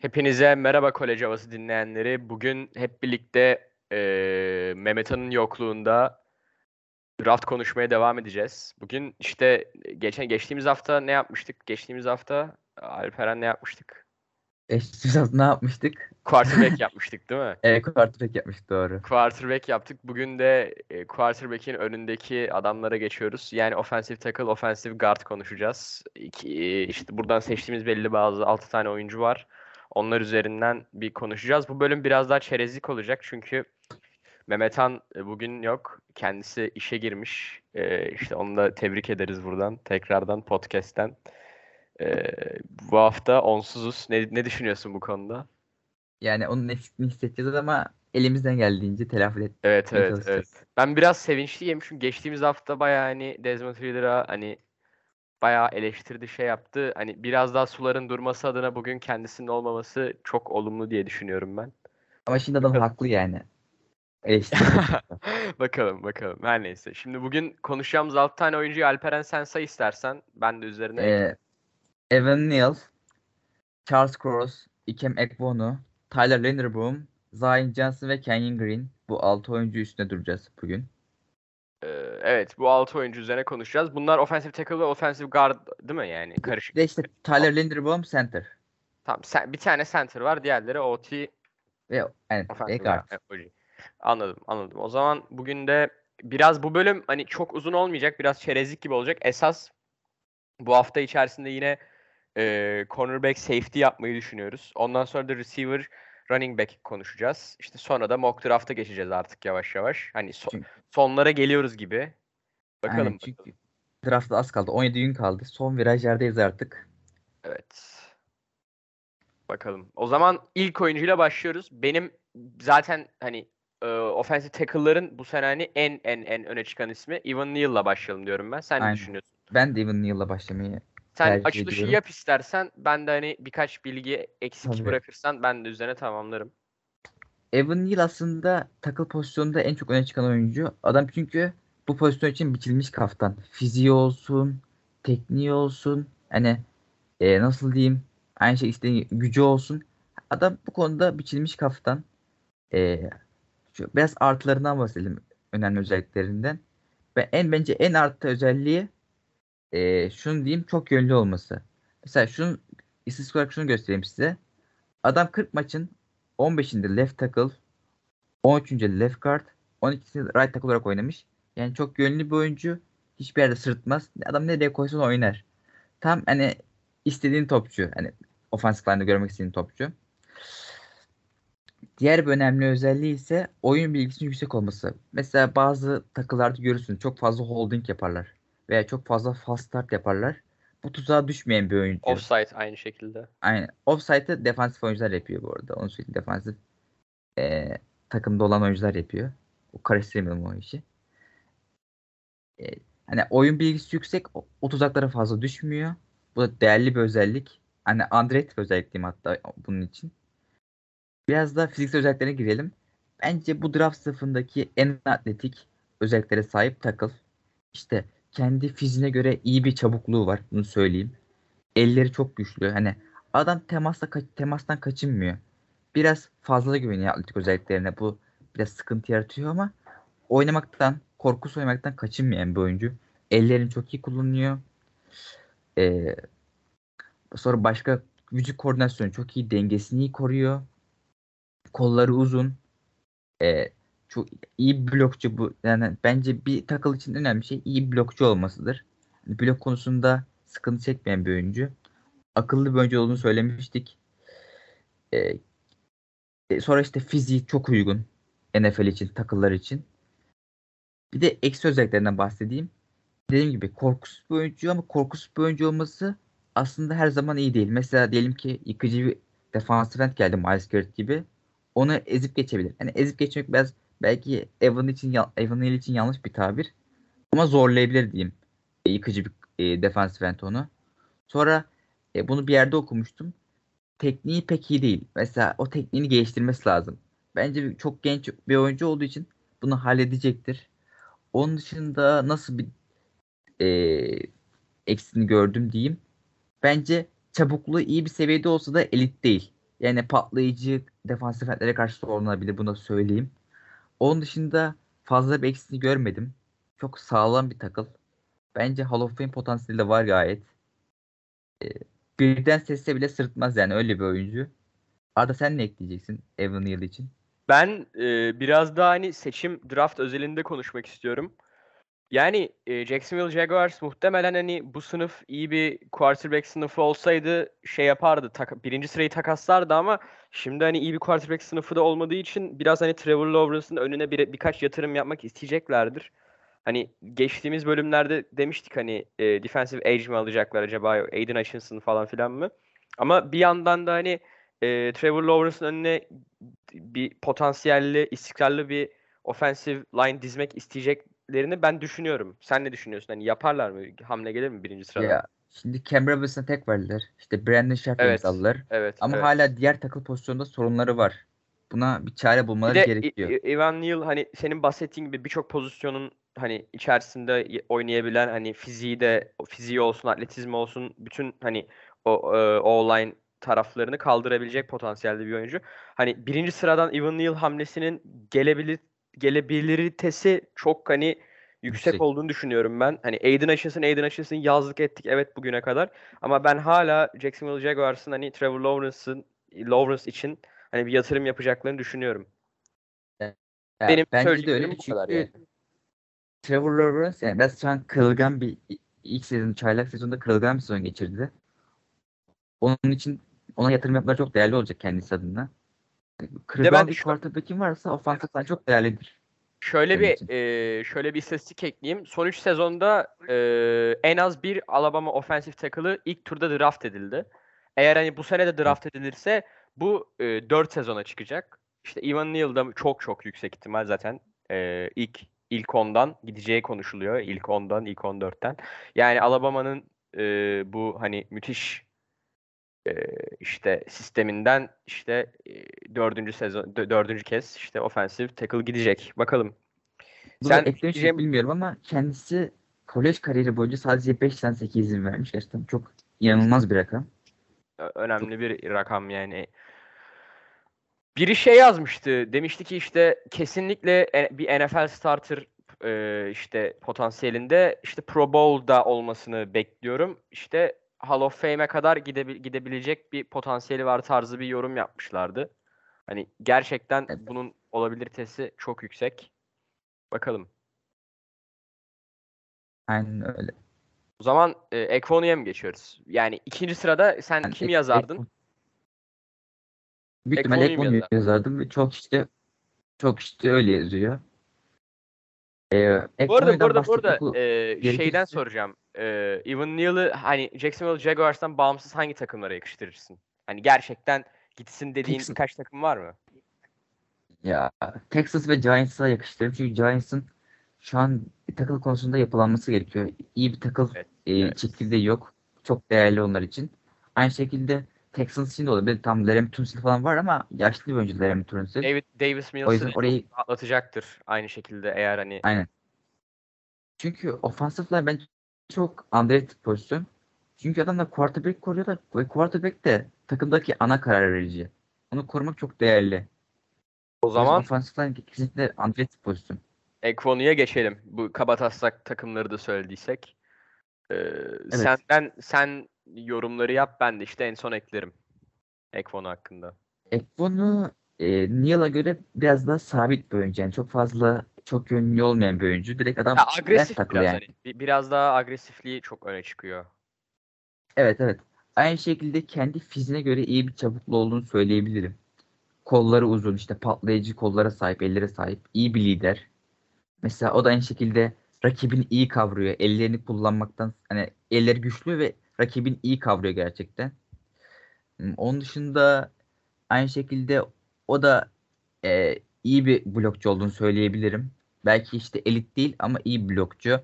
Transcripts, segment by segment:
Hepinize merhaba Kolej Havası dinleyenleri. Bugün hep birlikte Mehmet Han'ın yokluğunda draft konuşmaya devam edeceğiz. Bugün işte geçtiğimiz hafta ne yapmıştık? Geçtiğimiz hafta Alperen ne yapmıştık? Eşsiz ne yapmıştık? Quarterback yapmıştık değil mi? Quarterback yapmıştık, doğru. Quarterback yaptık. Bugün de quarterback'in önündeki adamlara geçiyoruz. Yani offensive tackle, offensive guard konuşacağız. İşte buradan seçtiğimiz belli bazı 6 tane oyuncu var. Onlar üzerinden bir konuşacağız. Bu bölüm biraz daha çerezlik olacak çünkü Mehmet Han bugün yok. Kendisi işe girmiş. İşte onu da tebrik ederiz buradan. Tekrardan podcast'ten. E, Bu hafta onsuzuz. Ne düşünüyorsun bu konuda? Yani onun eksikliğini hissedeceğiz ama elimizden geldiğince telafi Evet, etmeye evet, evet. çalışacağız. Ben biraz sevinçliyim çünkü geçtiğimiz hafta bayağı hani Desmond Ridder'a hani bayağı eleştirdi, şey yaptı. Hani biraz daha suların durması adına bugün kendisinin olmaması çok olumlu diye düşünüyorum ben. Ama şimdi adam Bakalım. haklı yani. Eleştirebilir çok da. Bakalım, bakalım. Her neyse. Şimdi bugün konuşacağımız 6 tane oyuncuyu Alperen sen say istersen. Ben de üzerine Ee, ekleyeyim. Evan Neal, Charles Cross, Ikem Ekwonu, Tyler Linderbaum, Zion Johnson ve Kenyon Green. Bu 6 oyuncu üstüne duracağız bugün. Ee, evet, bu 6 oyuncu üzerine konuşacağız. Bunlar offensive tackle ve offensive guard değil mi yani? Bir de Karışık. işte Tyler Linderbaum center. Tamam, bir tane center var. Diğerleri OT. Ve yani Offensive guard. guard. OG. Anladım, anladım. O zaman bugün de biraz bu bölüm hani çok uzun olmayacak. Biraz çerezlik gibi olacak. Esas bu hafta içerisinde yine cornerback safety yapmayı düşünüyoruz. Ondan sonra da receiver running back konuşacağız. İşte sonra da mock draft'a geçeceğiz artık yavaş yavaş. Hani Çünkü, sonlara geliyoruz gibi. aynen, Bakalım, bakalım. çünkü draft'ta az kaldı. 17 gün kaldı. Son virajlardayız artık. Evet. Bakalım. O zaman ilk oyuncuyla başlıyoruz. Benim zaten hani offensive tackle'ların bu sene hani en öne çıkan ismi Evan Neal'la başlayalım diyorum ben. Sen ne Aynen. düşünüyorsun? Ben de Evan Neal'la başlamayı Sen tercih açılışı ediyorum. yap istersen. Ben de hani birkaç bilgi eksik Tabii. bırakırsan ben de üzerine tamamlarım. Evan Neal aslında tackle pozisyonunda en çok öne çıkan oyuncu. Adam çünkü bu pozisyon için biçilmiş kaftan. Fiziği olsun, tekniği olsun. Hani nasıl diyeyim? Aynı şey istediği gücü olsun. Adam bu konuda biçilmiş kaftan. E, biraz artılarından bahsedelim. Önemli özelliklerinden. Ve bence en artı özelliği, şunu diyeyim, çok yönlü olması. Mesela istatistik olarak şunu göstereyim size. Adam 40 maçın 15'inde left tackle, 13'ünde left guard, 12'sinde right tackle olarak oynamış. Yani çok yönlü bir oyuncu. Hiçbir yerde sırıtmaz. Adam nereye koysan oynar. Tam hani istediğin topçu. Hani offensive line'da görmek istediğin topçu. Diğer bir önemli özelliği ise oyun bilgisinin yüksek olması. Mesela bazı takılarda görürsün, çok fazla holding yaparlar. Veya çok fazla fast start yaparlar. Bu tuzağa düşmeyen bir oyuncu. Offside aynı şekilde. Aynen. Offside'ı defansif oyuncular yapıyor bu arada. Onu söyleyeyim. Defansif takımda olan oyuncular yapıyor. O karıştırmayalım o işi. E, hani oyun bilgisi yüksek. O tuzaklara fazla düşmüyor. Bu da değerli bir özellik. Hani underrated bir özellik diyeyim hatta bunun için. Biraz da fiziksel özelliklerine girelim. Bence bu draft sınıfındaki en atletik özelliklere sahip tackle. İşte kendi fiziğine göre iyi bir çabukluğu var. Bunu söyleyeyim. Elleri çok güçlü. Hani adam temastan kaçınmıyor. Biraz fazla güveniyor atletik özelliklerine. Bu biraz sıkıntı yaratıyor ama korkusuz oynamaktan kaçınmayan bir oyuncu. Ellerini çok iyi kullanıyor. Ee, sonra başka vücut koordinasyonu çok iyi. Dengesini iyi koruyor. Kolları uzun. Ee, çok iyi bir blokçu bu. Yani bence bir takıl için önemli şey iyi bir blokçu olmasıdır. Yani blok konusunda sıkıntı çekmeyen bir oyuncu. Akıllı bir oyuncu olduğunu söylemiştik. Ee, sonra işte fiziği çok uygun NFL için, takıllar için. Bir de eksi özelliklerinden bahsedeyim. Dediğim gibi korkusuz bir oyuncu ama korkusuz bir oyuncu olması aslında her zaman iyi değil. Mesela diyelim ki yıkıcı bir defensive end geldi, Myles Garrett gibi. Onu ezip geçebilir. Yani ezip geçmek biraz belki Evan Neal için yanlış bir tabir. Ama zorlayabilir diyeyim. Yıkıcı bir defensive end onu. Sonra bunu bir yerde okumuştum. Tekniği pek iyi değil. Mesela o tekniğini geliştirmesi lazım. Bence çok genç bir oyuncu olduğu için bunu halledecektir. Onun dışında nasıl bir e, eksini gördüm diyeyim. Bence çabukluğu iyi bir seviyede olsa da elit değil. Yani patlayıcı defansif endlere karşı sorunlanabilir. Bunu da söyleyeyim. Onun dışında fazla bir eksiğini görmedim. Çok sağlam bir takıl. Bence Hall of Fame potansiyeli de var gayet. E, Birden sesse bile sırıtmaz yani öyle bir oyuncu. Arda sen ne ekleyeceksin Evan Neal için? Ben biraz daha hani seçim draft özelinde konuşmak istiyorum. Yani Jacksonville Jaguars muhtemelen hani bu sınıf iyi bir quarterback sınıfı olsaydı şey yapardı. Birinci sırayı takaslardı ama şimdi hani iyi bir quarterback sınıfı da olmadığı için biraz hani Trevor Lawrence'ın önüne birkaç yatırım yapmak isteyeceklerdir. Hani geçtiğimiz bölümlerde demiştik hani defensive edge mi alacaklar acaba Aiden Hutchinson falan filan mı? Ama bir yandan da hani Trevor Lawrence'ın önüne bir potansiyelli, istikrarlı bir offensive line dizmek isteyeceklerini ben düşünüyorum. Sen ne düşünüyorsun? Hani yaparlar mı? Hamle gelir mi birinci sıradan? Ya şimdi Cam Robinson'a tek verdiler. İşte Brandon Scherf'le Evet. imzaladılar. Evet. Ama Evet. hala diğer takıl pozisyonunda sorunları var. Buna bir çare Bir bulmaları de gerekiyor. Evan Neal hani senin bahsettiğin gibi birçok pozisyonun hani içerisinde oynayabilen hani fiziği olsun, atletizmi olsun bütün hani o-line taraflarını kaldırabilecek potansiyelde bir oyuncu. Hani birinci sıradan Evan Neal hamlesinin gelebilitesi çok hani yüksek Yüksek. olduğunu düşünüyorum ben. Hani Aiden Hutchinson yazlık ettik evet bugüne kadar. Ama ben hala Jacksonville Jaguars'ın hani Trevor Lawrence için hani bir yatırım yapacaklarını düşünüyorum. Ya, Benim bence de söyleyeceklerim öyle bu kadar yani. çünkü Trevor Lawrence yani biraz şu an kırılgan bir ilk sezon çaylak sezonda kırılgan bir sezon geçirdi. Onun için ona yatırım yapmaları çok değerli olacak kendisi adına. Bir de ben Kırılgan bir quarterback'in varsa ofansiften çok değerlidir şöyle senin bir için. şöyle bir istatistik ekleyeyim. Son 3 sezonda en az bir Alabama offensive tackle'ı ilk turda draft edildi. Eğer hani bu sene de Evet. draft edilirse bu 4 sezona çıkacak. İşte Evan Neal da çok çok yüksek ihtimal zaten ilk ondan gideceği konuşuluyor. İlk ondan, ilk 14'ten. Yani Alabama'nın bu hani müthiş işte sisteminden işte dördüncü kez işte offensive tackle gidecek. Bakalım. Bunu Sen eklemiş miyim diyeceğim bilmiyorum ama kendisi kolej kariyeri boyunca sadece 5 tane 8 izin vermiş. Gerçekten çok inanılmaz bir rakam. Çok önemli bir rakam yani. Biri şey yazmıştı. Demişti ki işte kesinlikle bir NFL starter işte potansiyelinde işte Pro Bowl'da olmasını bekliyorum. İşte Hall of Fame'e kadar gidebilecek bir potansiyeli var tarzı bir yorum yapmışlardı. Hani gerçekten evet, bunun olabilitesi çok yüksek. Bakalım. aynen öyle. O zaman Ekwonu'ya mı geçiyoruz? Yani ikinci sırada sen Yani kimi yazardın? büyük ihtimalle Ekwonu'yu mu Ekbon'u yazardın? yazardım ve çok işte öyle yazıyor. Ekbon'dan Bu arada bahsetmek şeyden gerekirse soracağım. Evan Neal'ı hani Jacksonville Jaguars'tan bağımsız hangi takımlara yakıştırırsın? Hani gerçekten gitsin dediğin Texas birkaç takım var mı? ya Texas ve Giants'a yakıştırırım. Çünkü Giants'ın şu an bir takıl konusunda yapılanması gerekiyor. İyi bir takıl Evet. Evet. çekirdeği yok. Çok değerli onlar için. Aynı şekilde Texans için de olabilir. Tam Laramie Tunsil falan var ama yaşlı bir oyuncu Laramie Tunsil. Davis O Mills'ı yüzden çok orayı atlatacaktır aynı şekilde eğer hani aynen. Çünkü offensive line bence çok underrated pozisyon. Çünkü adamlar quarterback koruyorlar ve quarterback de takımdaki ana karar verici. Onu korumak çok değerli. o O yüzden zaman offensive line kesinlikle underrated pozisyon. Ekwonu'ya geçelim. Bu kabataslak takımları da söylediysek. Evet. Sen yorumları yap ben de işte en son eklerim Ekvonu hakkında. Ekbon'u Neal'a göre biraz daha sabit bir oyuncu. Yani çok fazla çok yönlü olmayan bir oyuncu. Direkt Ya adam left agresif tackle biraz yani. hani. Biraz daha agresifliği çok öne çıkıyor. Evet, evet. Aynı şekilde kendi fiziğine göre iyi bir çabuklu olduğunu söyleyebilirim. Kolları uzun, işte patlayıcı kollara sahip, ellere sahip. İyi bir lider. Mesela o da aynı şekilde rakibini iyi kavruyor. Ellerini kullanmaktan hani elleri güçlü ve rakibini iyi kavruyor gerçekten. Onun dışında aynı şekilde o da iyi bir blokçu olduğunu söyleyebilirim. Belki işte elit değil ama iyi bir blokçu.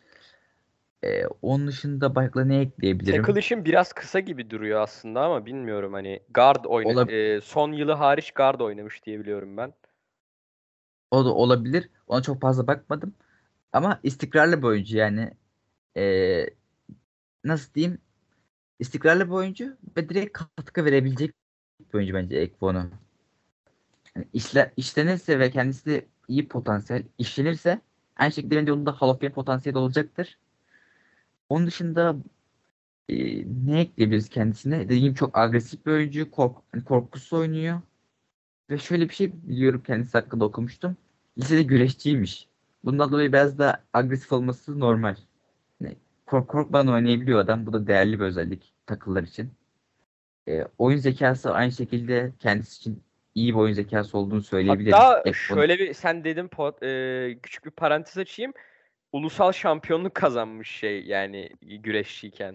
Onun dışında başka ne ekleyebilirim? Tackle için biraz kısa gibi duruyor aslında ama bilmiyorum hani Ola- son yılı hariç guard oynamış diye biliyorum ben. O da olabilir. Ona çok fazla bakmadım. Ama istikrarlı bir oyuncu yani. E, Nasıl diyeyim? İstikrarlı bir oyuncu ve direkt katkı verebilecek bir oyuncu bence Ekwono. Yani işlenirse ve kendisi de iyi potansiyel işlenirse aynı şekilde bence onun da Hall of Fame potansiyeli olacaktır. Onun dışında e, ne ekleyebiliriz kendisine? Dediğim çok agresif bir oyuncu. Hani korkusuz oynuyor. Ve şöyle bir şey biliyorum, kendisi hakkında okumuştum. Lisede güreşçiymiş. Bundan dolayı biraz da agresif olması normal. Yani korkmadan oynayabiliyor adam. Bu da değerli bir özellik takımlar için. Oyun zekası aynı şekilde kendisi için iyi bir oyun zekası olduğunu söyleyebilirim. Hatta şöyle bir sen dedim küçük bir parantez açayım. Ulusal şampiyonluk kazanmış şey yani güreşçiyken.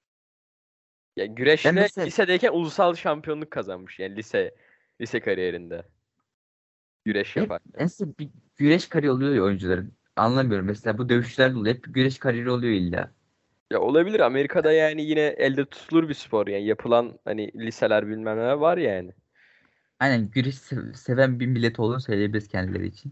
Ya Ben güreşle mesela lisedeyken ulusal şampiyonluk kazanmış yani lise kariyerinde güreş hep yaparken. mesela bir güreş kariyeri oluyor ya oyuncuların. Anlamıyorum. Mesela bu dövüşçüler de oluyor. Hep bir güreş kariyeri oluyor illa. Ya olabilir, Amerika'da yani yine elde tutulur bir spor yani yapılan hani liseler bilmem ne var yani. Aynen, güreş seven bir millet olduğunu söyleyebiliriz kendileri için.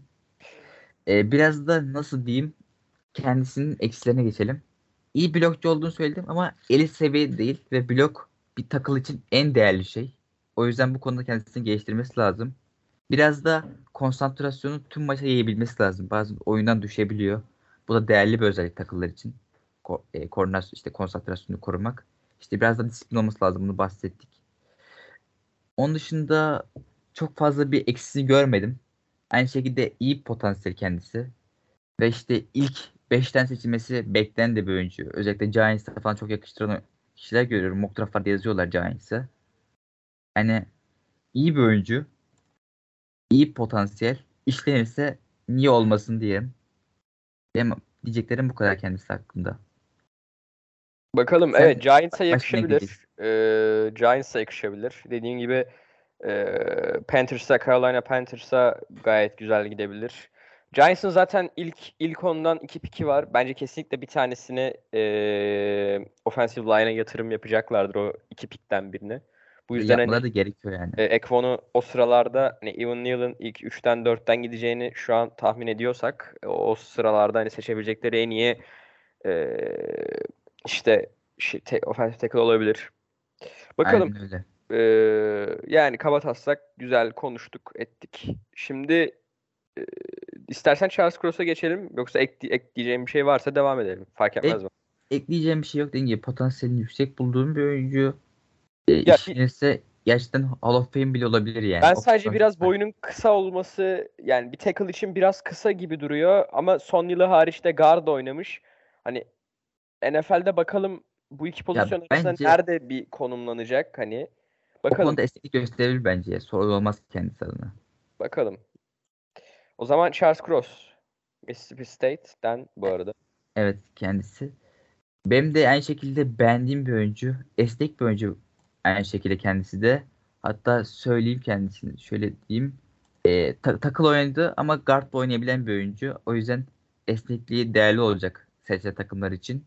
Biraz da nasıl diyeyim, kendisinin eksilerine geçelim. İyi blokçu olduğunu söyledim ama elit seviyede değil ve blok bir takıl için en değerli şey. O yüzden bu konuda kendisini geliştirmesi lazım. Biraz da konsantrasyonu tüm maça yayabilmesi lazım. Bazen oyundan düşebiliyor. Bu da değerli bir özellik takıllar için. Koordinasyon, işte konsantrasyonu korumak. İşte biraz da disiplin olması lazım. Bunu bahsettik. Onun dışında çok fazla bir eksisini görmedim. Aynı şekilde iyi potansiyel kendisi. Ve işte ilk 5'ten seçilmesi beklenen de bir oyuncu. Özellikle Giants'a falan çok yakıştıran kişiler görüyorum. Mock draftlarda yazıyorlar Giants'a. Yani iyi bir oyuncu. İyi potansiyel. İşlenirse niye olmasın diyeyim. Benim diyeceklerim bu kadar kendisi hakkında. Bakalım, Sen evet, Giants'a başka ne yakışabilir. diyeceksin? Giants'a yakışabilir. Dediğin gibi Carolina Panthers'a gayet güzel gidebilir. Giants'ın zaten ilk ondan 2 piki var. Bence kesinlikle bir tanesini offensive line'a yatırım yapacaklardır, o 2 pikten birini. Bu yüzden hani Yapmaları da gerekiyor yani. Ekvon'u o sıralarda hani Evan Neal'ın ilk 3'ten 4'ten gideceğini şu an tahmin ediyorsak o sıralarda hani seçebilecekleri en iyi e, işte offensive tackle olabilir. Bakalım. Aynen öyle. Yani kabataslak güzel konuştuk, ettik. Şimdi e, istersen Charles Cross'a geçelim. Yoksa ekleyeceğim bir şey varsa devam edelim. Fark etmez Ek, mi? ekleyeceğim bir şey yok. Dediğim gibi potansiyelini yüksek bulduğum bir oyuncu. Ya İşlenirse gerçekten Hall of Fame bile olabilir yani. ben O sadece potansiyel biraz var. boyunun kısa olması, yani bir tackle için biraz kısa gibi duruyor ama son yılı hariç de guard oynamış. Hani NFL'de bakalım bu iki Ya pozisyon arasında bence nerede bir konumlanacak hani. o Bakalım. konuda esnek gösterebilir bence. Sorun olmaz kendisi adına. Bakalım. O zaman Charles Cross. Mississippi State'den bu E- arada. Evet, kendisi. Benim de aynı şekilde beğendiğim bir oyuncu. Esnek bir oyuncu aynı şekilde kendisi de. Hatta söyleyeyim kendisini. Şöyle diyeyim. Takıl oynadı ama guard da oynayabilen bir oyuncu. O yüzden esnekliği değerli olacak SC takımlar için.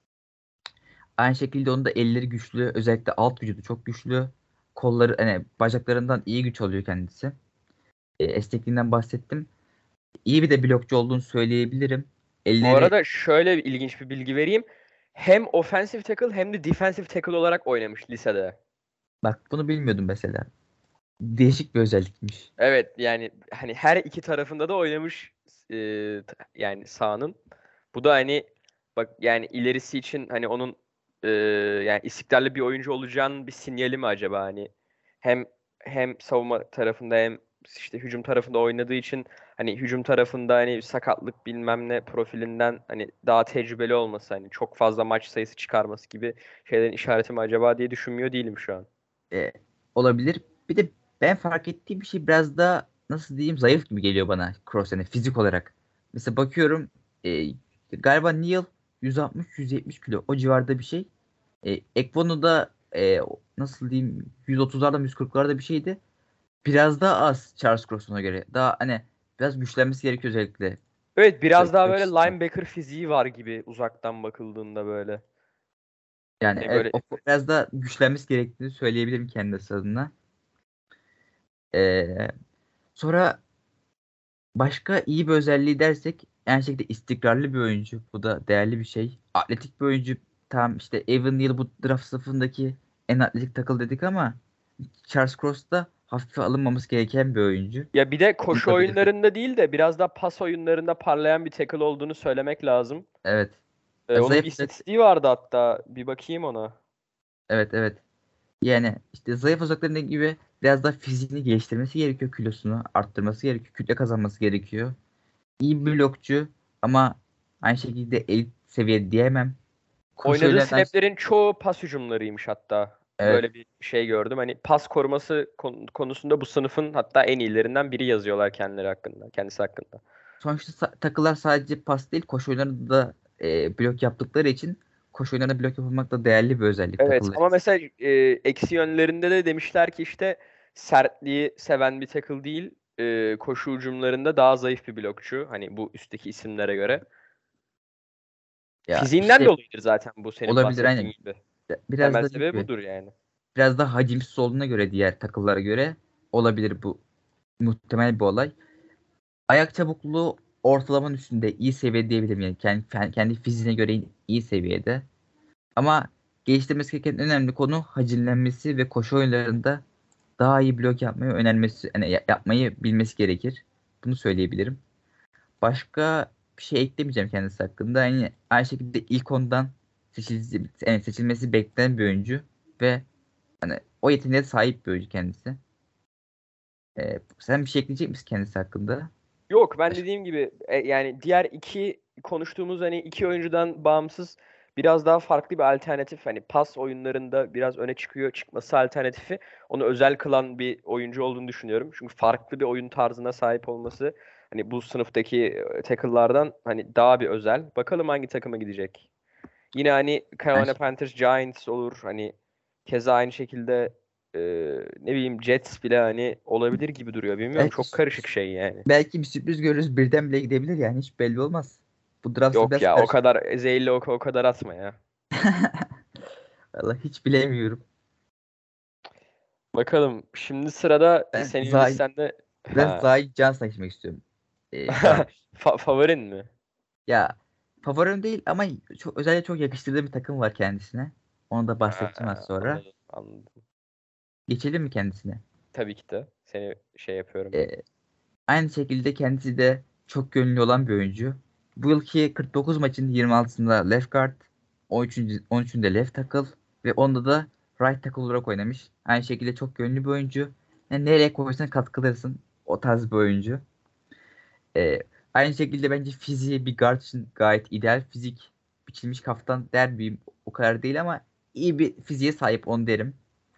Aynı şekilde onun da elleri güçlü. Özellikle alt vücudu çok güçlü. Kolları, hani bacaklarından iyi güç alıyor kendisi. Esnekliğinden bahsettim. İyi bir de blokçu olduğunu söyleyebilirim. Bu Elleri, arada şöyle ilginç bir bilgi vereyim. Hem offensive tackle hem de defensive tackle olarak oynamış lisede. bak bunu bilmiyordum mesela. Değişik bir özellikmiş. Evet, yani hani her iki tarafında da oynamış yani sahanın. Bu da hani bak yani ilerisi için hani onun yani istikrarlı bir oyuncu olacağının bir sinyali mi acaba hani hem savunma tarafında hem işte hücum tarafında oynadığı için hani hücum tarafında hani sakatlık bilmem ne profilinden hani daha tecrübeli olması, hani çok fazla maç sayısı çıkarması gibi şeylerin işareti mi acaba diye düşünmüyor değilim şu an. e, Olabilir. Bir de ben fark ettiğim bir şey biraz da nasıl diyeyim, zayıf gibi geliyor bana Kroos, yani fizik olarak. Mesela bakıyorum, galiba Neil 160-170 kilo o civarda bir şey. Ekvono da nasıl diyeyim 130'larda 140'larda bir şeydi. Biraz daha az Charles Cross'una göre. Daha hani biraz güçlenmesi gerekiyor özellikle. Evet, biraz daha böyle Açısından. linebacker fiziği var gibi uzaktan bakıldığında böyle. Yani Hani evet, böyle o biraz da güçlenmesi gerektiğini söyleyebilirim kendi adına. E, Sonra başka iyi bir özelliği dersek aynı şekilde istikrarlı bir oyuncu. Bu da değerli bir şey. Atletik bir oyuncu. Tam işte Evan Neal bu draft safındaki en atletik takıl dedik ama Charles Cross da hafife alınmaması gereken bir oyuncu. Ya bir de koşu Unutabilirsin. oyunlarında değil de biraz daha pas oyunlarında parlayan bir tackle olduğunu söylemek lazım. Evet. Onun bir Zayıf istatistiği vardı hatta. Bir bakayım ona. evet. Yani işte zayıf uzaklarındaki gibi biraz daha fiziğini geliştirmesi gerekiyor, kilosunu arttırması gerekiyor, kütle kazanması gerekiyor. İyi bir blokçu ama aynı şekilde elit seviye diyemem. Koşu Oynadığı oyunlarından snaplerin çoğu pas hücumlarıymış hatta. evet. Böyle bir şey gördüm. Hani pas koruması konusunda bu sınıfın hatta en iyilerinden biri yazıyorlar kendileri hakkında, kendisi hakkında. Sonuçta takılar sadece pas değil, koşu oyunlarında da blok yaptıkları için koşu oyunlarında blok yapılmak da değerli bir özellik Evet takılar ama için. mesela eksi yönlerinde de demişler ki işte sertliği seven bir tackle değil, koşu hücumlarında daha zayıf bir blokçu. Hani bu üstteki isimlere göre. Ya Fiziğinden işte dolayıdır zaten bu senin olabilir bahsettiğin aynen. gibi. Biraz Temel da sebebi gibi. budur yani. Biraz daha hacimsiz olduğuna göre diğer takılara göre olabilir bu muhtemel bir olay. Ayak çabukluğu ortalamanın üstünde iyi seviye diyebilirim. Yani kendi fiziğine göre iyi seviyede. Ama geliştirmesi gereken önemli konu hacimlenmesi ve koşu oyunlarında daha iyi blok yapmayı önermesi, yani yapmayı bilmesi gerekir. Bunu söyleyebilirim. Başka bir şey eklemeyeceğim kendisi hakkında. Yani aynı şekilde ilk ondan seçilmesi beklenen bir oyuncu ve hani o yeteneğe sahip bir oyuncu kendisi. Sen bir şey ekleyecek misin kendisi hakkında? Yok ben Baş- dediğim gibi yani diğer iki konuştuğumuz hani iki oyuncudan bağımsız biraz daha farklı bir alternatif, hani pas oyunlarında biraz öne çıkıyor, çıkması alternatifi onu özel kılan bir oyuncu olduğunu düşünüyorum. Çünkü farklı bir oyun tarzına sahip olması hani bu sınıftaki tackle'lardan hani daha bir özel. Bakalım hangi takıma gidecek. Yine hani Aynı Carolina şey- Panthers, Giants olur. Hani keza aynı şekilde ne bileyim Jets bile hani olabilir gibi duruyor. Bilmiyorum. belki Çok karışık şey yani. belki bir sürpriz görürüz. Birden bile gidebilir yani. Hiç belli olmaz. Bu draft'ta Yok biraz ya o karışık. kadar zehirli o kadar atma ya. Vallahi hiç bilemiyorum. Bakalım. Şimdi sırada Ben senin listende ben ha. Zahid Can seçmek istiyorum. Guard. Favorin mi? Ya favorim değil ama özellikle çok yakıştırdığım bir takım var kendisine. Onu da Ha, bahsedeceğim az sonra. anladım, anladım. Geçelim mi kendisine? Tabii ki de. Seni şey yapıyorum. Ee, Aynı şekilde kendisi de çok gönüllü olan bir oyuncu. Bu yılki 49 maçın 26'sında left guard, 13'ünde left tackle ve onda da right tackle olarak oynamış. Aynı şekilde çok gönüllü bir oyuncu. Yani nereye koysan katkılarısın. O tarz bir oyuncu. Ee, Aynı şekilde bence fiziği bir guard için gayet ideal. Fizik biçilmiş kaftan der miyim? O kadar değil ama iyi bir fiziğe sahip onu derim.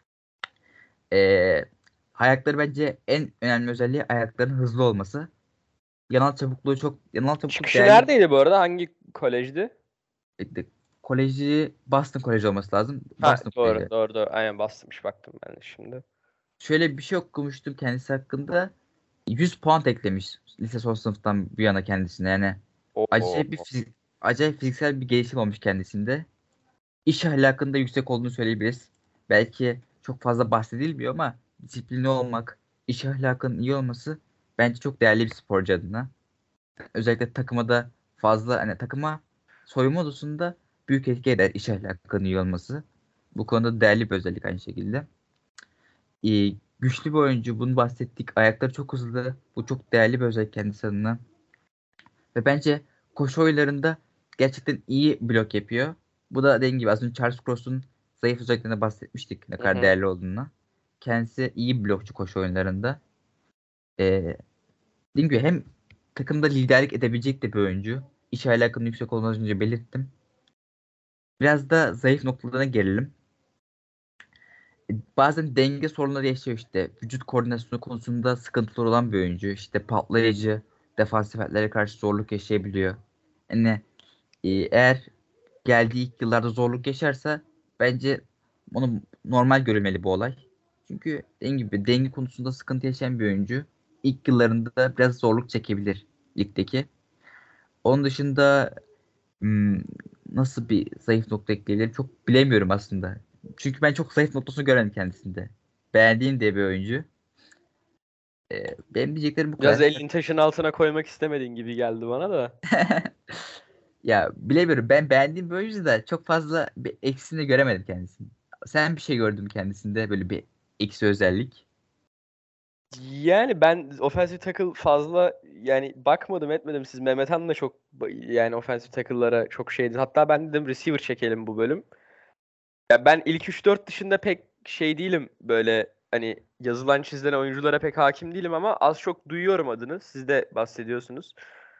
Ee, Ayakları bence en önemli özelliği ayaklarının hızlı olması. Yanal çabukluğu Çıkışı değerli. neredeydi bu arada? Hangi kolejdi? Bir Koleji Boston Koleji olması lazım. Ha Boston Koleji. doğru doğru doğru. Aynen bastırmış baktım ben de şimdi. Şöyle bir şey okumuştum kendisi hakkında. 100 puan eklemiş lise son sınıftan bu yana kendisine. Yani Oo. acayip acayip fiziksel bir gelişim olmuş kendisinde. İş ahlakında yüksek olduğunu söyleyebiliriz. Belki çok fazla bahsedilmiyor ama disiplinli olmak, iş ahlakının iyi olması bence çok değerli bir sporcu adına. Özellikle takıma da fazla hani takıma soyunma odasında büyük etki eder iş ahlakının iyi olması. Bu konuda değerli bir özellik aynı şekilde. Güçlü bir oyuncu. Bunu bahsettik. Ayakları çok hızlı. Bu çok değerli bir özellik kendisi adına. Ve bence koşu oyunlarında gerçekten iyi blok yapıyor. Bu da dediğim gibi az önce Charles Cross'un zayıf özelliklerine bahsetmiştik. Ne Hı kadar hı. değerli olduğuna. Kendisi iyi blokçu koşu oyunlarında. Ee, Dediğim gibi hem takımda liderlik edebilecek de bir oyuncu. İş ahlakının yüksek olduğunu az önce belirttim. Biraz da zayıf noktalarına gelelim. Bazen denge sorunları yaşıyor işte. Vücut koordinasyonu konusunda sıkıntılar olan bir oyuncu. İşte patlayıcı, defansif hareketlere karşı zorluk yaşayabiliyor. Yani eğer geldiği ilk yıllarda zorluk yaşarsa bence onu normal görülmeli bu olay. Çünkü dediğim gibi denge konusunda sıkıntı yaşayan bir oyuncu. İlk yıllarında da biraz zorluk çekebilir ligdeki. Onun dışında hmm, nasıl bir zayıf nokta ekleyebilirim çok bilemiyorum aslında. Çünkü ben çok zayıf noktasını göremedim kendisinde. Beğendiğim de bir oyuncu. Benim diyeceklerim bu Biraz kadar. elini taşın altına koymak istemediğin gibi geldi bana da. Ya bilemiyorum. Ben beğendiğim bir oyuncu da çok fazla bir eksisini göremedim kendisini. Sen bir şey gördün mü kendisinde böyle bir eksi özellik. Yani ben offensive tackle fazla yani bakmadım etmedim. Siz Mehmet Han da çok yani offensive tackle'lara çok şeydi. Hatta ben dedim receiver çekelim bu bölüm. Ya ben ilk 3-4 dışında pek şey değilim böyle hani yazılan çizilen oyunculara pek hakim değilim ama az çok duyuyorum adını. Siz de bahsediyorsunuz.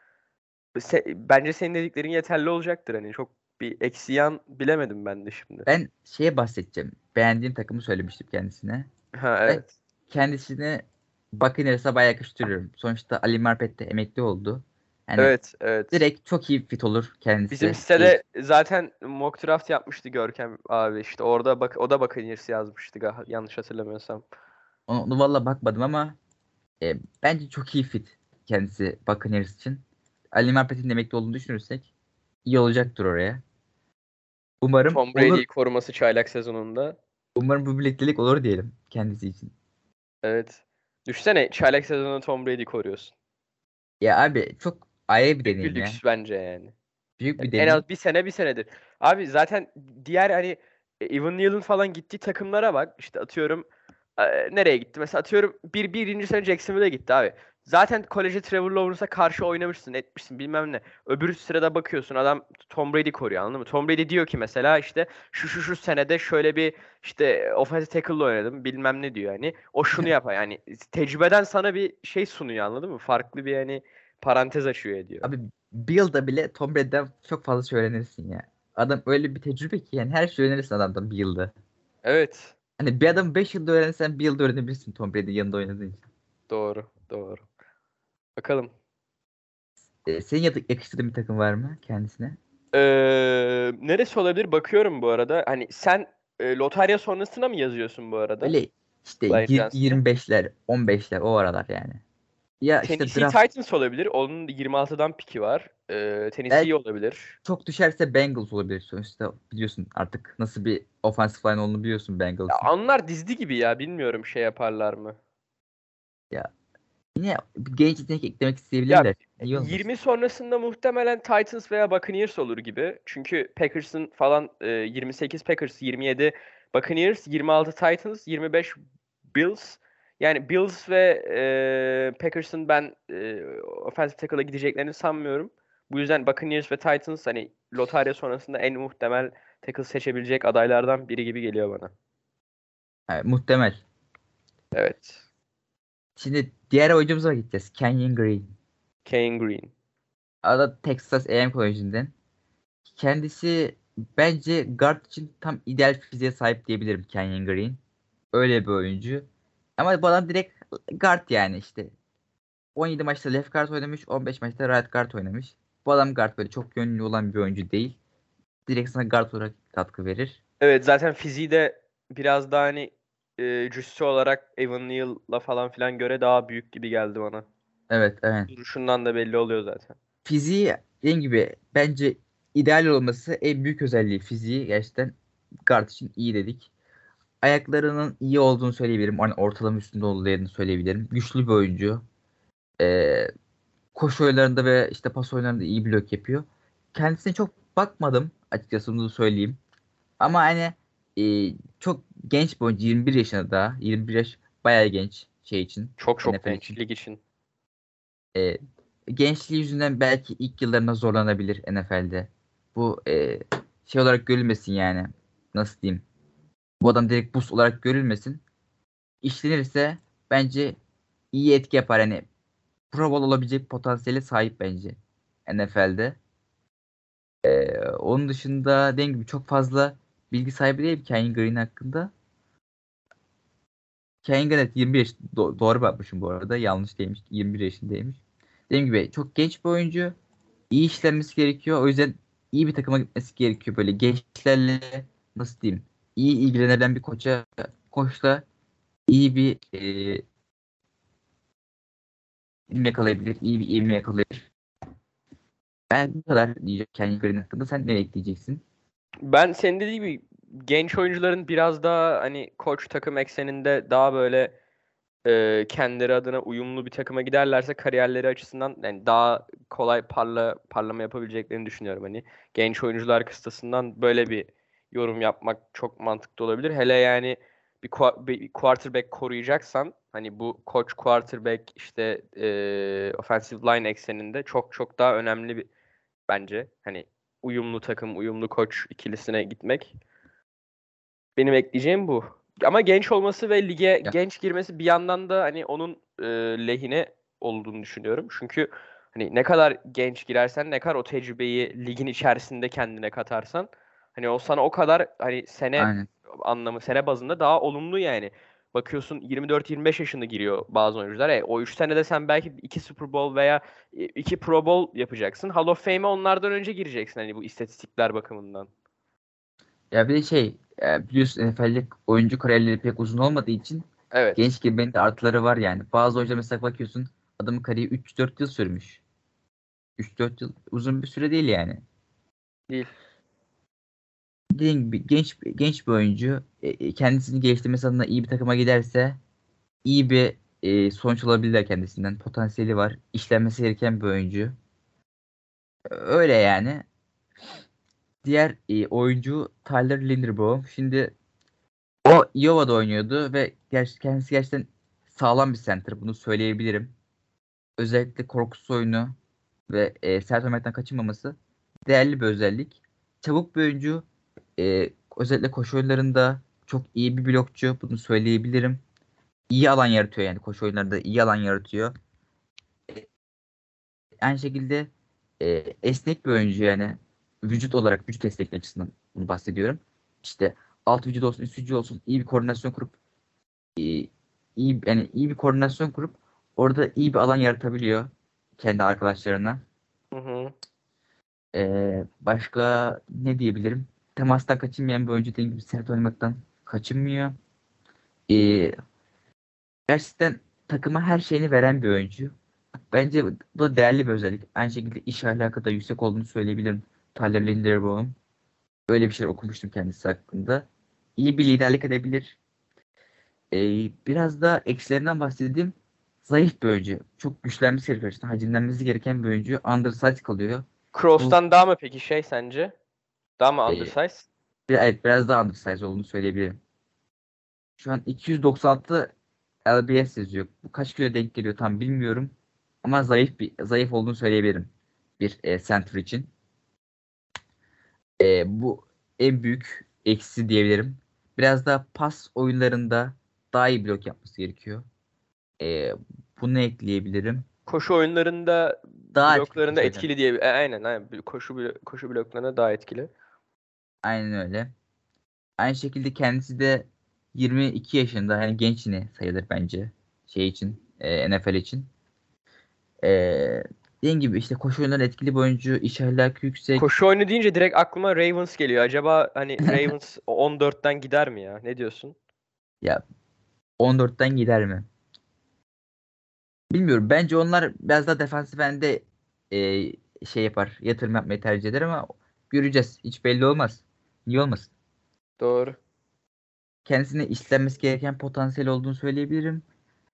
Bence senin dediklerin yeterli olacaktır. Hani çok bir eksi yan bilemedim ben de şimdi. Ben şeye bahsedeceğim. Beğendiğim takımı söylemiştim kendisine. Ha Ben evet. kendisini Buccaneers'a bayağı yakıştırıyorum. Sonuçta Ali Marpet de emekli oldu. Yani Evet, evet. direkt çok iyi fit olur Bizim kendisi. sitede zaten mock draft yapmıştı Görkem abi işte orada bak o da Buccaneers yazmıştı yanlış hatırlamıyorsam. Onu valla bakmadım ama bence çok iyi fit kendisi Buccaneers için. Ali Marpet'in emekli olduğunu düşünürsek iyi olacaktır oraya. Umarım Tom olur. Brady'yi koruması çaylak sezonunda. Umarım bu birliktelik olur diyelim kendisi için. Evet. Düşsene çaylak sezonunda Tom Brady koruyorsun. Ya abi çok ayrı bir Büyük bir deneyim ya. lüks bence yani. Büyük Yani bir en deneyim. az bir senedir. Abi zaten diğer hani Evan Neal'ın falan gittiği takımlara bak. İşte atıyorum nereye gitti? Mesela atıyorum birinci sene Jacksonville'e gitti abi. Zaten kolejde Trevor Lawrence'a karşı oynamışsın, etmişsin bilmem ne. Öbür sırada bakıyorsun adam Tom Brady koruyor anladın mı? Tom Brady diyor ki mesela işte şu senede şöyle bir işte offensive tackle'la oynadım bilmem ne diyor hani. O şunu yapar yani tecrübeden sana bir şey sunuyor anladın mı? Farklı bir hani parantez açıyor ediyor. Abi Bill'da bile Tom Brady'den çok fazla şey öğrenirsin ya. Adam öyle bir tecrübe ki yani her şey öğrenirsin adamdan bir yılda. Evet. Hani bir adam 5 yılda öğrenirsen bir yılda öğrenebilirsin Tom Brady'nin yanında oynadığın için. Doğru. Doğru. Bakalım. Senin yakıştırdığın bir takım var mı kendisine? Neresi olabilir? Bakıyorum bu arada. Hani sen lotarya sonrasına mı yazıyorsun bu arada? Öyle işte Brian Johnson'ı. 25'ler 15'ler o aralar yani. Ya işte Tennessee draft Titans olabilir. Onun 26'dan piki var. Tennessee belki olabilir. çok düşerse Bengals olabilir. Sonuçta biliyorsun artık nasıl bir offensive line olduğunu biliyorsun Ya Bengals'ın. onlar dizdi gibi ya. Bilmiyorum şey yaparlar mı? Ya yine bir genç yetenek eklemek Ya isteyebilirler. Niye olmasın? 20 sonrasında muhtemelen Titans veya Buccaneers olur gibi. Çünkü Packers'ın falan 28 Packers, 27 Buccaneers, 26 Titans, 25 Bills. Yani Bills ve Packers'ın ben offensive tackle'a gideceklerini sanmıyorum. Bu yüzden Buccaneers ve Titans hani lotarya sonrasında en muhtemel tackle seçebilecek adaylardan biri gibi geliyor bana. Yani, muhtemel. Evet. Şimdi diğer oyuncumuza gideceğiz. Kenyon Green. Kane Green. Ada Texas A&M Koleji'nden. Kendisi bence guard için tam ideal fiziğe sahip diyebilirim Kenyon Green. Öyle bir oyuncu. Ama bu adam direkt guard yani işte. 17 maçta left guard oynamış, 15 maçta right guard oynamış. Bu adam guard böyle çok yönlü olan bir oyuncu değil. Direkt sana guard olarak katkı verir. Evet zaten fiziği de biraz daha hani cüssü olarak Evan Neal'la falan filan göre daha büyük gibi geldi bana. Evet, evet. Duruşundan da belli oluyor zaten. Fiziği dediğim gibi bence ideal olması en büyük özelliği fiziği gerçekten guard için iyi dedik. Ayaklarının iyi olduğunu söyleyebilirim. Hani ortalama üstünde olduğunu söyleyebilirim. Güçlü bir oyuncu. Ee, Koşu oyunlarında ve işte pas oyunlarında iyi blok yapıyor. Kendisine çok bakmadım açıkçası bunu söyleyeyim. Ama hani çok genç bir oyuncu 21 yaşında daha. 21 yaş bayağı genç şey için. Çok çok NFL genç için. lig için. E, Gençliği yüzünden belki ilk yıllarında zorlanabilir NFL'de. Bu şey olarak görülmesin yani. Nasıl diyeyim? Bu adam direkt boost olarak görülmesin. İşlenirse bence iyi etki yapar. Hani Pro Bowl olabilecek potansiyele sahip bence NFL'de. Onun dışında dediğim gibi çok fazla bilgi sahibi değilim Kenyon Green hakkında. Kenyon Green evet, 21 yaş doğru bakmışım bu arada. Yanlış değilmiş. 21 yaşındaymış. Dediğim gibi çok genç bir oyuncu. İyi işlenmesi gerekiyor. O yüzden iyi bir takıma gitmesi gerekiyor. Böyle gençlerle nasıl diyeyim? İyi ilgilenebilen bir koçla iyi bir ilmi yakalayabilir. İyi bir ilmi yakalayabilir. Ben bu kadar diyeceğim Kenyon Green hakkında. Sen ne ekleyeceksin? Ben senin dediğin gibi genç oyuncuların biraz daha hani koç takım ekseninde daha böyle kendileri adına uyumlu bir takıma giderlerse kariyerleri açısından yani daha kolay parlama yapabileceklerini düşünüyorum hani. Genç oyuncular kıstasından böyle bir yorum yapmak çok mantıklı olabilir. Hele yani bir quarterback koruyacaksan hani bu koç quarterback işte offensive line ekseninde çok çok daha önemli bir bence. Hani uyumlu takım, uyumlu koç ikilisine gitmek. Benim ekleyeceğim bu. Ama genç olması ve lige Ya, genç girmesi bir yandan da hani onun lehine olduğunu düşünüyorum. Çünkü hani ne kadar genç girersen, ne kadar o tecrübeyi ligin içerisinde kendine katarsan hani o sana o kadar hani aynen. sene bazında daha olumlu yani. Bakıyorsun 24-25 yaşında giriyor bazı oyuncular. O 3 senede sen belki 2 Super Bowl veya 2 Pro Bowl yapacaksın. Hall of Fame'e onlardan önce gireceksin hani bu istatistikler bakımından. Ya bir de biliyorsun NFL'de oyuncu kariyerleri pek uzun olmadığı için Evet. genç girmenin de artıları var yani. Bazı hoca mesela bakıyorsun adamın kariyeri 3-4 yıl sürmüş. 3-4 yıl uzun bir süre değil yani. Değil. Dediğim gibi genç bir oyuncu kendisini geliştirmesi adına iyi bir takıma giderse iyi bir sonuç alabilirler kendisinden. Potansiyeli var. İşlenmesi gereken bir oyuncu. Öyle yani. Diğer oyuncu Tyler Linderbaum. Şimdi o Iowa'da oynuyordu ve kendisi gerçekten sağlam bir center. Bunu söyleyebilirim. Özellikle korkusuz oyunu ve sert olmaktan kaçınmaması değerli bir özellik. Çabuk bir oyuncu. Özellikle koşu oyunlarında çok iyi bir blokçu. Bunu söyleyebilirim. İyi alan yaratıyor yani koşu oyunlarında iyi alan yaratıyor. Aynı şekilde esnek bir oyuncu yani vücut olarak vücut esnekliği açısından bunu bahsediyorum. İşte alt vücut olsun üst vücut olsun iyi bir koordinasyon kurup e, iyi bir koordinasyon kurup orada iyi bir alan yaratabiliyor kendi arkadaşlarına. Hı hı. Başka ne diyebilirim? Temastan kaçınmayan bir oyuncu, dediğim gibi sert oynamaktan kaçınmıyor. E, Gerçekten takıma her şeyini veren bir oyuncu. Bence bu da değerli bir özellik. Aynı şekilde iş ahlakı da yüksek olduğunu söyleyebilirim. Tyler Linderbaum. Öyle bir şey okumuştum kendisi hakkında. İyi bir liderlik edebilir. Biraz da eksilerinden bahsedeyim. Zayıf bir oyuncu. Çok güçlenmesi gerekiyor. İşte hacimlenmesi gereken bir oyuncu. Undersized kalıyor. Bu Cross'tan daha mı peki sence? Daha mı e, undersize? evet, biraz daha undersized olduğunu söyleyebilirim. Şu an 296 LBS yazıyor. Bu kaç kilo denk geliyor tam bilmiyorum. Ama zayıf olduğunu söyleyebilirim. Bir center için. Bu en büyük eksi diyebilirim. Biraz da pas oyunlarında daha iyi blok yapması gerekiyor. E, Bunu ekleyebilirim. Koşu oyunlarında Daha etkili bloklarında koşu oyunları. etkili diye aynen koşu bloklarına daha etkili. Aynen öyle. Aynı şekilde kendisi de 22 yaşında. Yani genç yine sayılır bence. Şey için. NFL için. E, Dediğim gibi işte koşu oyunları etkili bir oyuncu. İş ahlakı yüksek. Koşu oyunu deyince direkt aklıma Ravens geliyor. Acaba hani Ravens 14'ten gider mi ya? Ne diyorsun? Ya 14'ten gider mi? Bilmiyorum. Bence onlar biraz daha defansif ende şey yapar. Yatırım yapmayı tercih eder ama göreceğiz. Hiç belli olmaz. Niye olmasın? Doğru. Kendisine istenmesi gereken potansiyel olduğunu söyleyebilirim.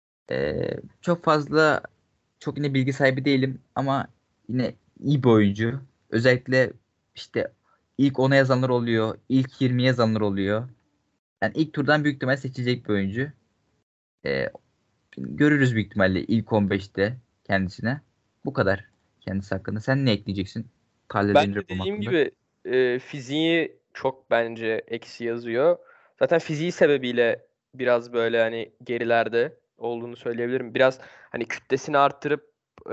Çok fazla çok yine bilgi sahibi değilim ama yine iyi bir oyuncu. Özellikle işte ilk 10'a yazanlar oluyor. İlk 20'ye yazanlar oluyor. Yani ilk turdan büyük ihtimal seçilecek bir oyuncu. Ee, Görürüz büyük ihtimalle ilk 15'te kendisine. Bu kadar kendisi hakkında. Sen ne ekleyeceksin? Tyler Ben de Linderbaum dediğim hakkında. gibi fiziği çok bence eksi yazıyor. Zaten fiziği sebebiyle biraz böyle hani gerilerde olduğunu söyleyebilirim. Biraz hani kütlesini arttırıp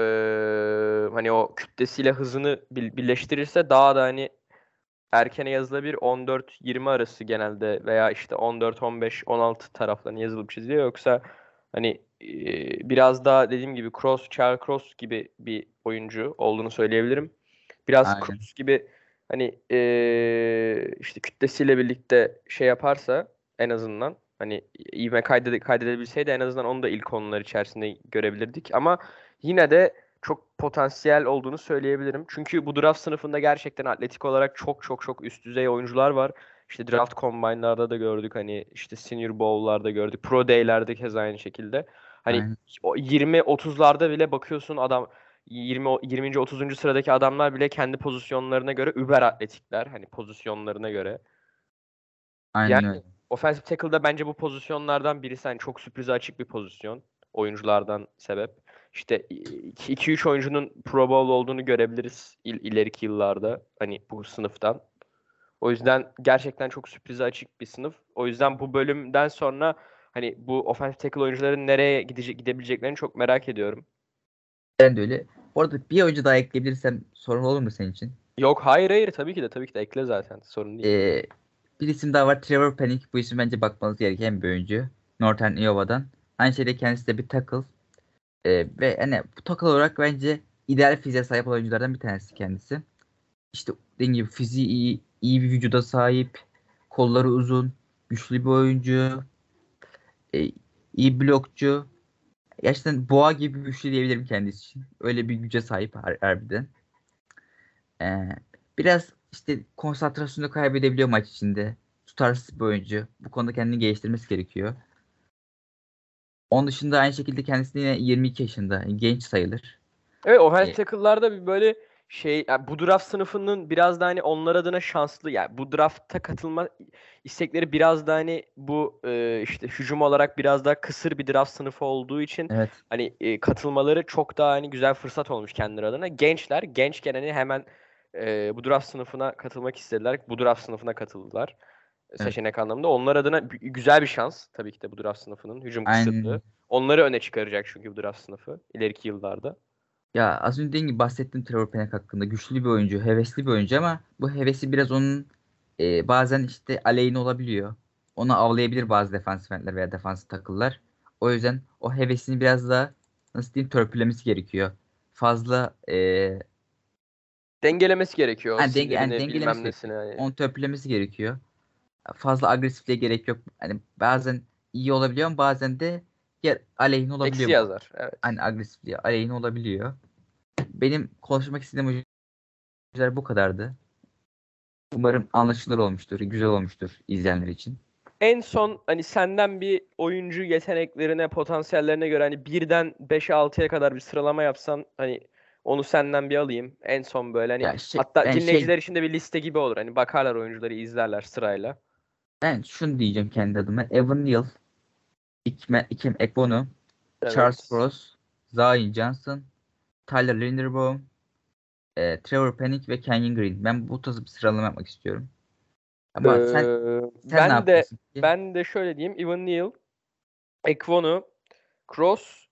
hani o kütlesiyle hızını birleştirirse daha da hani erkene yazılabilir 14-20 arası genelde veya işte 14-15-16 taraflarına yazılıp çiziliyor. Yoksa hani biraz daha dediğim gibi Charles Cross gibi bir oyuncu olduğunu söyleyebilirim. Biraz Aynen. Cross gibi hani işte kütlesiyle birlikte şey yaparsa en azından hani ivme kaydedebilseydi en azından onu da ilk onlar içerisinde görebilirdik. Ama yine de çok potansiyel olduğunu söyleyebilirim. Çünkü bu draft sınıfında gerçekten atletik olarak çok çok çok üst düzey oyuncular var. İşte draft combine'larda da gördük hani işte Senior Bowl'larda gördük. Pro Day'lerde keza aynı şekilde. Hani Aynen. o 20-30'larda bile bakıyorsun adam 20. 30. sıradaki adamlar bile kendi pozisyonlarına göre über atletikler. Hani pozisyonlarına göre. Aynen Yani öyle. Offensive tackle'da bence bu pozisyonlardan birisi hani çok sürprize açık bir pozisyon. Oyunculardan sebep. İşte 2-3 oyuncunun Pro Bowl olduğunu görebiliriz ileriki yıllarda. Hani bu sınıftan. O yüzden gerçekten çok sürprize açık bir sınıf. O yüzden bu bölümden sonra hani bu offensive tackle oyuncuların nereye gidebileceklerini çok merak ediyorum. Ben de öyle. Bu arada bir oyuncu daha ekleyebilirsem sorun olur mu senin için? Yok, hayır, tabii ki de ekle zaten, sorun değil. Ee, Bir isim daha var. Trevor Penning. Bu isim bence bakmanız gereken bir oyuncu. Northern Iowa'dan. Aynı şekilde kendisi de bir tackle. Ve hani bu tackle olarak bence ideal fiziğe sahip olan oyunculardan bir tanesi kendisi. İşte dediğim gibi fiziği iyi bir vücuda sahip. Kolları uzun. Güçlü bir oyuncu. e, iyi blokçu. Gerçekten boğa gibi güçlü diyebilirim kendisi için. Öyle bir güce sahip harbiden. Ee, Biraz işte konsantrasyonu kaybedebiliyor maç içinde. Tutarsız bir oyuncu. Bu konuda kendini geliştirmesi gerekiyor. Onun dışında aynı şekilde kendisi yine 22 yaşında. Genç sayılır. Evet, offensive Ee, tackle'larda bir böyle yani bu draft sınıfının biraz da hani onlar adına şanslı, yani bu drafta katılma istekleri biraz da hani bu işte hücum olarak biraz daha kısır bir draft sınıfı olduğu için evet. hani katılmaları çok daha hani güzel fırsat olmuş kendileri adına. Gençken hani hemen bu draft sınıfına katılmak istediler. Bu draft sınıfına katıldılar Evet. seçenek anlamında. Onlar adına güzel bir şans tabii ki de bu draft sınıfının hücum kısırlığı. Aynen. Onları öne çıkaracak çünkü bu draft sınıfı ileriki yıllarda. Ya az önce dediğim gibi bahsettim Trevor Penning hakkında. Güçlü bir oyuncu, hevesli bir oyuncu ama bu hevesi biraz onun bazen işte aleyhine olabiliyor. Onu avlayabilir bazı defans endler veya defans takıllar. O yüzden o hevesini biraz daha nasıl diyeyim törpülemesi gerekiyor. Fazla Dengelemesi gerekiyor o yani sinirini dengelemesi bilmem gerekiyor. nesini. Hani. Onu törpülemesi gerekiyor. Fazla agresifliğe gerek yok. Hani bazen iyi olabiliyor ama bazen de ya aleyhine Eksi olabiliyor. yazar. Evet. Hani agresifliğe aleyhine olabiliyor. Benim konuşmak istediğim oyuncular bu kadardı. Umarım anlaşılır olmuştur, güzel olmuştur izleyenler için. En son hani senden bir oyuncu yeteneklerine, potansiyellerine göre hani birden 5'e 6'ya kadar bir sıralama yapsan, hani onu senden bir alayım. En son böyle hani Ya hatta dinleyiciler için de bir liste gibi olur. Hani bakarlar, oyuncuları izlerler sırayla. ben şunu diyeceğim kendi adıma. Evan Neal, Ikem Ekwonu, Charles Evet. Cross, Zion Johnson, Tyler Linderbaum, Trevor Penning ve Kenyon Green. Ben bu tarz bir sıralama yapmak istiyorum. Ama sen ne Ben de yapıyorsun ki? ben de şöyle diyeyim. Evan Neal, Ekwonu, Cross.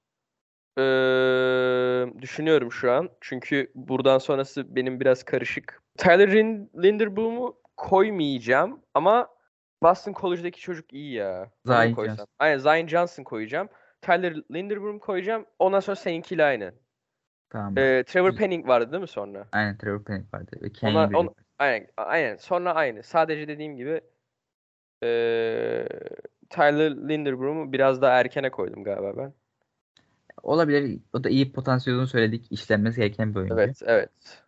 Düşünüyorum şu an. Çünkü buradan sonrası benim biraz karışık. Tyler Linderbaum'u koymayacağım ama Boston College'daki çocuk iyi ya. Onu mu Zion koysam? Johnson. Aynen, Zion Johnson koyacağım. Tyler Linderbaum koyacağım. Ondan sonra seninkiyle aynı. Tamamdır. Trevor Penning vardı değil mi sonra? Aynen Trevor Penning vardı ve Ona Kenyon Green. aynen. Sonra aynı. Sadece dediğim gibi ee, Tyler Linderbaum'u biraz daha erkene koydum galiba ben. Olabilir. O da iyi potansiyel olduğunu söyledik. İşlenmesi gereken bir oyuncu. Evet.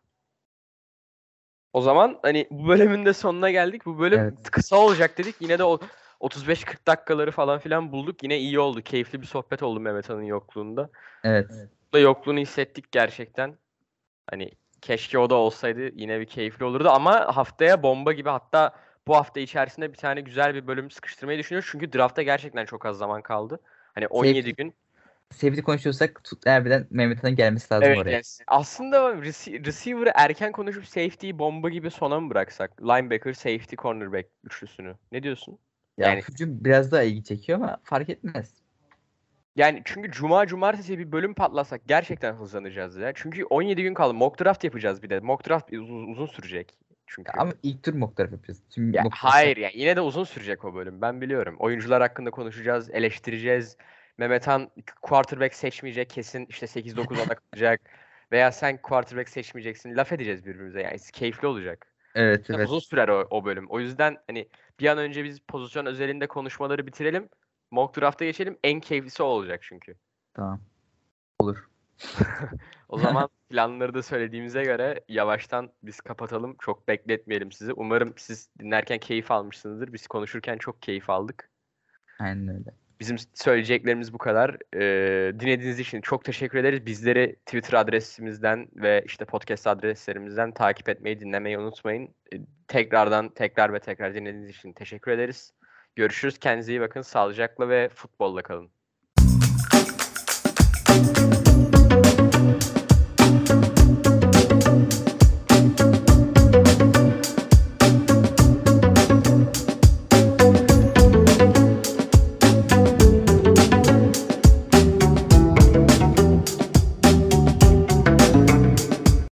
O zaman hani bu bölümün de sonuna geldik. Bu bölüm Evet. kısa olacak dedik. Yine de o 35-40 dakikaları falan filan bulduk. Yine iyi oldu. Keyifli bir sohbet oldu Mehmet Han'ın yokluğunda. Evet. Da yokluğunu hissettik gerçekten. Hani keşke o da olsaydı, yine bir keyifli olurdu ama haftaya bomba gibi, hatta bu hafta içerisinde bir tane güzel bir bölüm sıkıştırmayı düşünüyoruz. Çünkü drafta gerçekten çok az zaman kaldı. Hani 17 Safety, gün. safety konuşuyorsak harbiden Mehmet'in gelmesi lazım Evet, oraya. yani aslında receiver'ı erken konuşup safety'yi bomba gibi sona mı bıraksak? Linebacker, safety, cornerback üçlüsünü. Ne diyorsun? Ya Yani hücum biraz daha ilgi çekiyor ama fark etmez. çünkü cumartesi bir bölüm patlasak gerçekten hızlanacağız ya. Çünkü 17 gün kaldı. Mock draft yapacağız bir de. Mock draft uzun sürecek Ya çünkü. ama ilk tur mock draft yapacağız. Tüm Ya mock draft hayır, yine de uzun sürecek o bölüm. Ben biliyorum. Oyuncular hakkında konuşacağız, eleştireceğiz. Mehmet Han quarterback seçmeyecek, kesin işte 8-9 ona kalacak. Veya sen quarterback seçmeyeceksin. Laf edeceğiz birbirimize. Yani keyifli olacak. Evet, Biraz uzun evet. sürer o bölüm. O yüzden hani bir an önce biz pozisyon özelinde konuşmaları bitirelim. Mock draft'a geçelim. En keyiflisi o olacak çünkü. Tamam. Olur. O zaman planları da söylediğimize göre yavaştan biz kapatalım. Çok bekletmeyelim sizi. Umarım siz dinlerken keyif almışsınızdır. Biz konuşurken çok keyif aldık. Aynen öyle. Bizim söyleyeceklerimiz bu kadar. Dinlediğiniz için çok teşekkür ederiz. Bizleri Twitter adresimizden ve işte podcast adreslerimizden takip etmeyi, dinlemeyi unutmayın. Tekrardan tekrar ve tekrar dinlediğiniz için teşekkür ederiz. Görüşürüz. Kendinize iyi bakın. Sağlıcakla ve futbolla kalın.